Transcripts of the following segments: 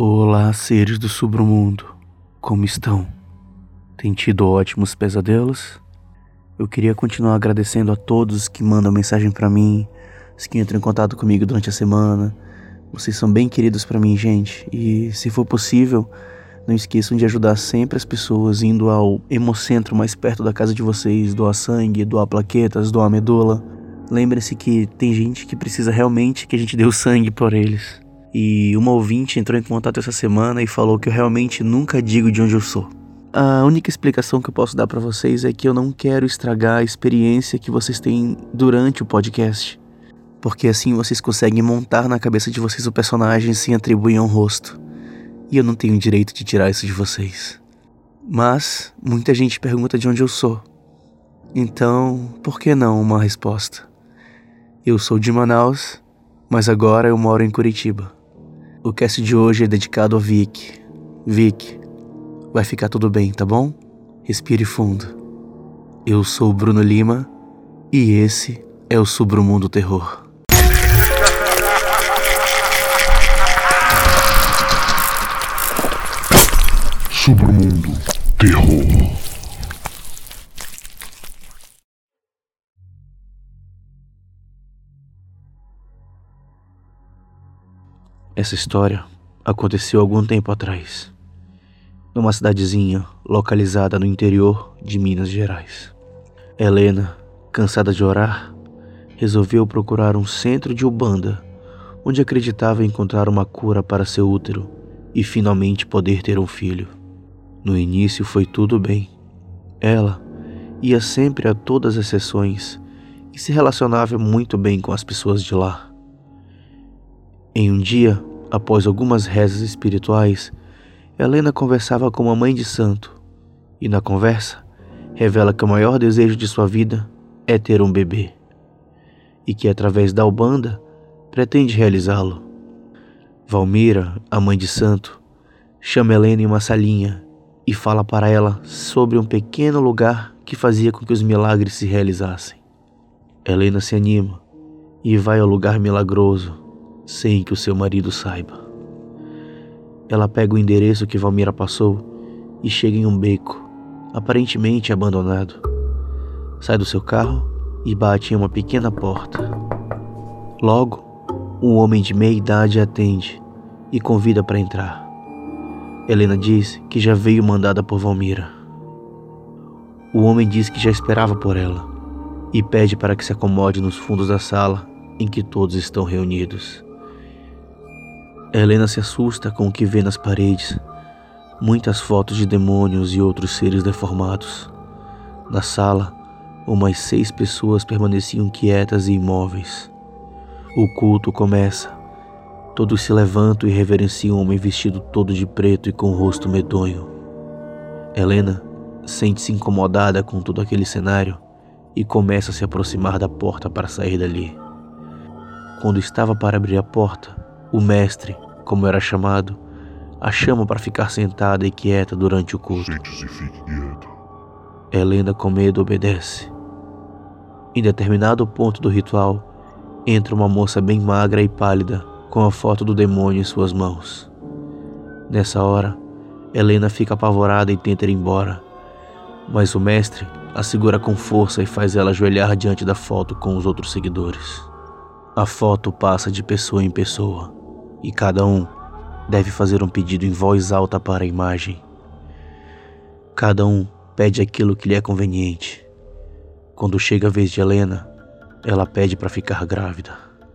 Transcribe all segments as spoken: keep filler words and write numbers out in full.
Olá, seres do submundo. Como estão? Tem tido ótimos pesadelos? Eu queria continuar agradecendo a todos que mandam mensagem pra mim, os que entram em contato comigo durante a semana. Vocês são bem queridos pra mim, gente. E se for possível, não esqueçam de ajudar sempre as pessoas indo ao hemocentro mais perto da casa de vocês, doar sangue, doar plaquetas, doar medula. Lembrem-se que tem gente que precisa realmente que a gente dê o sangue por eles. E uma ouvinte entrou em contato essa semana e falou que eu realmente nunca digo de onde eu sou. A única explicação que eu posso dar pra vocês é que eu não quero estragar a experiência que vocês têm durante o podcast. Porque assim vocês conseguem montar na cabeça de vocês o personagem sem atribuir um rosto. E eu não tenho direito de tirar isso de vocês. Mas muita gente pergunta de onde eu sou. Então, por que não uma resposta? Eu sou de Manaus, mas agora eu moro em Curitiba. O cast de hoje é dedicado a Vic. Vic, vai ficar tudo bem, tá bom? Respire fundo. Eu sou o Bruno Lima e esse é o Submundo Terror. Submundo Terror. Essa história aconteceu algum tempo atrás, numa cidadezinha localizada no interior de Minas Gerais. Helena, cansada de orar, resolveu procurar um centro de Umbanda, onde acreditava encontrar uma cura para seu útero e finalmente poder ter um filho. No início foi tudo bem. Ela ia sempre a todas as sessões e se relacionava muito bem com as pessoas de lá. Em um dia, após algumas rezas espirituais, Helena conversava com uma mãe de santo e, na conversa, revela que o maior desejo de sua vida é ter um bebê e que, através da Umbanda, pretende realizá-lo. Valmira, a mãe de santo, chama Helena em uma salinha e fala para ela sobre um pequeno lugar que fazia com que os milagres se realizassem. Helena se anima e vai ao lugar milagroso, sem que o seu marido saiba. Ela pega o endereço que Valmira passou e chega em um beco, aparentemente abandonado. Sai do seu carro e bate em uma pequena porta. Logo, um homem de meia idade a atende e convida para entrar. Helena diz que já veio mandada por Valmira. O homem diz que já esperava por ela e pede para que se acomode nos fundos da sala em que todos estão reunidos. Helena se assusta com o que vê nas paredes, muitas fotos de demônios e outros seres deformados. Na sala, umas seis pessoas permaneciam quietas e imóveis. O culto começa. Todos se levantam e reverenciam um homem vestido todo de preto e com o rosto medonho. Helena sente-se incomodada com todo aquele cenário e começa a se aproximar da porta para sair dali. Quando estava para abrir a porta, o mestre, como era chamado, a chama para ficar sentada e quieta durante o culto. Sente-se e fique quieta. Helena, com medo, obedece. Em determinado ponto do ritual, entra uma moça bem magra e pálida, com a foto do demônio em suas mãos. Nessa hora, Helena fica apavorada e tenta ir embora, mas o mestre a segura com força e faz ela ajoelhar diante da foto com os outros seguidores. A foto passa de pessoa em pessoa, e cada um deve fazer um pedido em voz alta para a imagem. Cada um pede aquilo que lhe é conveniente. Quando chega a vez de Helena, ela pede para ficar grávida.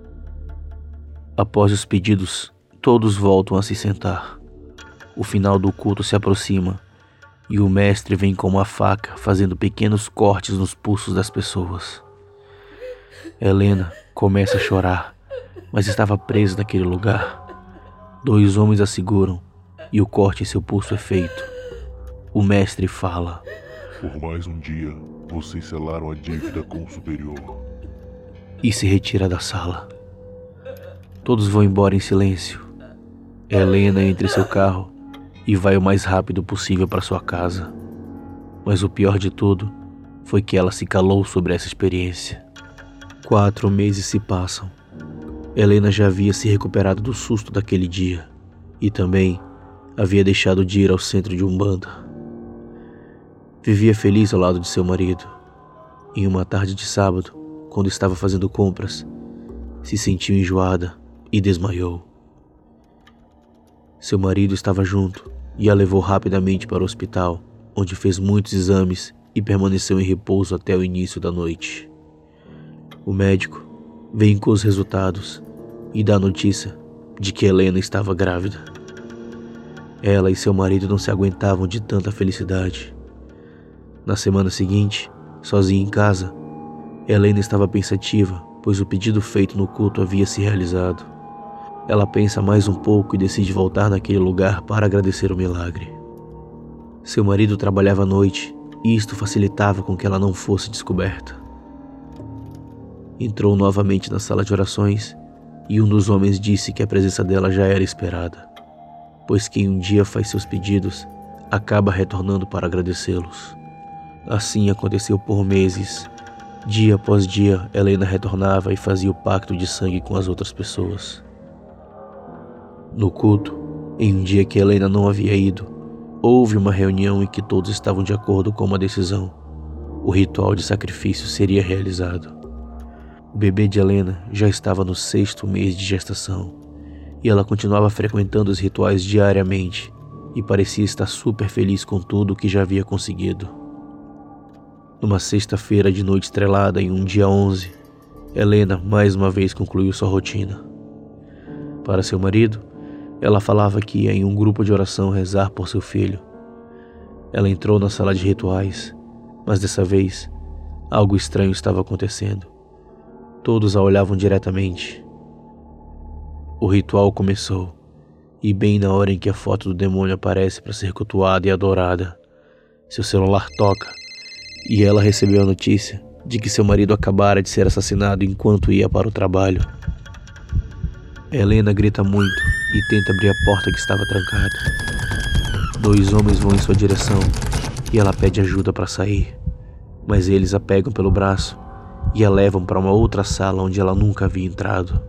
Após os pedidos, todos voltam a se sentar. O final do culto se aproxima e o mestre vem com uma faca fazendo pequenos cortes nos pulsos das pessoas. Helena começa a chorar, mas estava presa naquele lugar. Dois homens a seguram e o corte em seu pulso é feito. O mestre fala: Por mais um dia, vocês selaram a dívida com o superior. E se retira da sala. Todos vão embora em silêncio. Helena entra em seu carro e vai o mais rápido possível para sua casa. Mas o pior de tudo foi que ela se calou sobre essa experiência. Quatro meses se passam. Helena já havia se recuperado do susto daquele dia, e também havia deixado de ir ao centro de Umbanda. Vivia feliz ao lado de seu marido. Em uma tarde de sábado, quando estava fazendo compras, se sentiu enjoada e desmaiou. Seu marido estava junto e a levou rapidamente para o hospital, onde fez muitos exames e permaneceu em repouso até o início da noite. O médico veio com os resultados e dá a notícia de que Helena estava grávida. Ela e seu marido não se aguentavam de tanta felicidade. Na semana seguinte, sozinha em casa, Helena estava pensativa, pois o pedido feito no culto havia se realizado. Ela pensa mais um pouco e decide voltar naquele lugar para agradecer o milagre. Seu marido trabalhava à noite e isto facilitava com que ela não fosse descoberta. Entrou novamente na sala de orações e um dos homens disse que a presença dela já era esperada, pois quem um dia faz seus pedidos acaba retornando para agradecê-los. Assim aconteceu por meses. Dia após dia, Helena retornava e fazia o pacto de sangue com as outras pessoas. No culto, em um dia que Helena não havia ido, houve uma reunião em que todos estavam de acordo com uma decisão. O ritual de sacrifício seria realizado. O bebê de Helena já estava no sexto mês de gestação e ela continuava frequentando os rituais diariamente e parecia estar super feliz com tudo o que já havia conseguido. Numa sexta-feira de noite estrelada, em um dia onze, Helena mais uma vez concluiu sua rotina. Para seu marido, ela falava que ia em um grupo de oração rezar por seu filho. Ela entrou na sala de rituais, mas dessa vez, algo estranho estava acontecendo. Todos a olhavam diretamente. O ritual começou, e bem na hora em que a foto do demônio aparece para ser cultuada e adorada, seu celular toca e ela recebeu a notícia de que seu marido acabara de ser assassinado enquanto ia para o trabalho. Helena grita muito e tenta abrir a porta que estava trancada. Dois homens vão em sua direção e ela pede ajuda para sair, mas eles a pegam pelo braço e a levam para uma outra sala onde ela nunca havia entrado.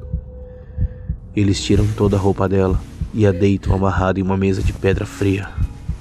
Eles tiram toda a roupa dela e a deitam amarrada em uma mesa de pedra fria.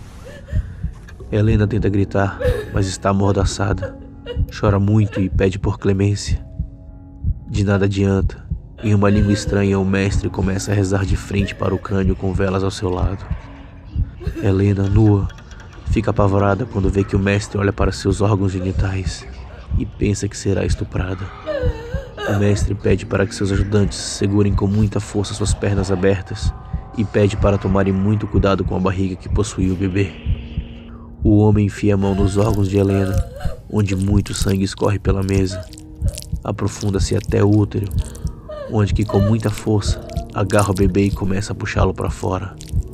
Helena tenta gritar, mas está amordaçada. Chora muito e pede por clemência. De nada adianta. Em uma língua estranha, o mestre começa a rezar de frente para o crânio com velas ao seu lado. Helena, nua, fica apavorada quando vê que o mestre olha para seus órgãos genitais e pensa que será estuprada. O mestre pede para que seus ajudantes segurem com muita força suas pernas abertas e pede para tomarem muito cuidado com a barriga que possuía o bebê. O homem enfia a mão nos órgãos de Helena, onde muito sangue escorre pela mesa. Aprofunda-se até o útero, onde que com muita força agarra o bebê e começa a puxá-lo para fora.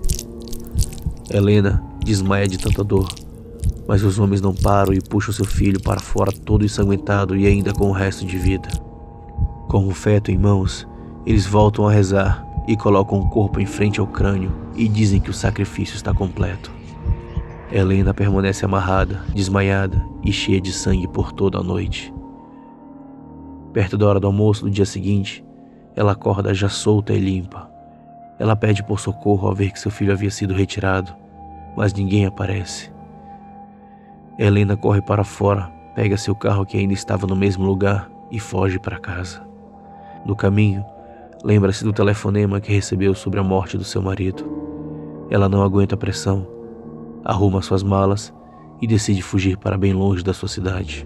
Helena desmaia de tanta dor, mas os homens não param e puxam seu filho para fora todo ensanguentado e ainda com o resto de vida. Com o feto em mãos, eles voltam a rezar e colocam o corpo em frente ao crânio e dizem que o sacrifício está completo. Helena permanece amarrada, desmaiada e cheia de sangue por toda a noite. Perto da hora do almoço do dia seguinte, ela acorda já solta e limpa. Ela pede por socorro ao ver que seu filho havia sido retirado, mas ninguém aparece. Helena corre para fora, pega seu carro que ainda estava no mesmo lugar e foge para casa. No caminho, lembra-se do telefonema que recebeu sobre a morte do seu marido. Ela não aguenta a pressão, arruma suas malas e decide fugir para bem longe da sua cidade.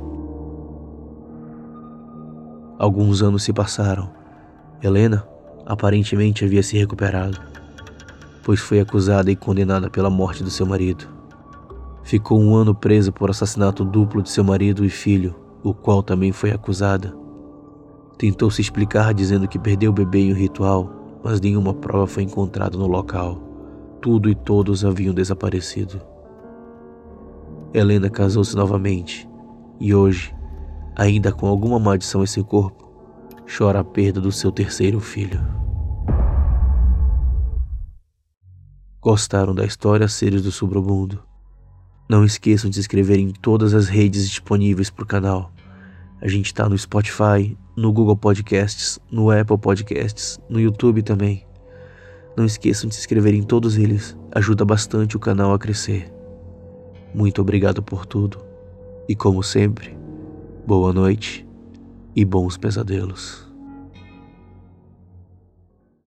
Alguns anos se passaram. Helena aparentemente havia se recuperado, pois foi acusada e condenada pela morte do seu marido. Ficou um ano presa por assassinato duplo de seu marido e filho, o qual também foi acusada. Tentou se explicar dizendo que perdeu o bebê em um ritual, mas nenhuma prova foi encontrada no local. Tudo e todos haviam desaparecido. Helena casou-se novamente e hoje, ainda com alguma maldição em seu corpo, chora a perda do seu terceiro filho. Gostaram da história, seres do submundo? Não esqueçam de se inscrever em todas as redes disponíveis para o canal. A gente está no Spotify, no Google Podcasts, no Apple Podcasts, no YouTube também. Não esqueçam de se inscrever em todos eles, ajuda bastante o canal a crescer. Muito obrigado por tudo e, como sempre, boa noite e bons pesadelos.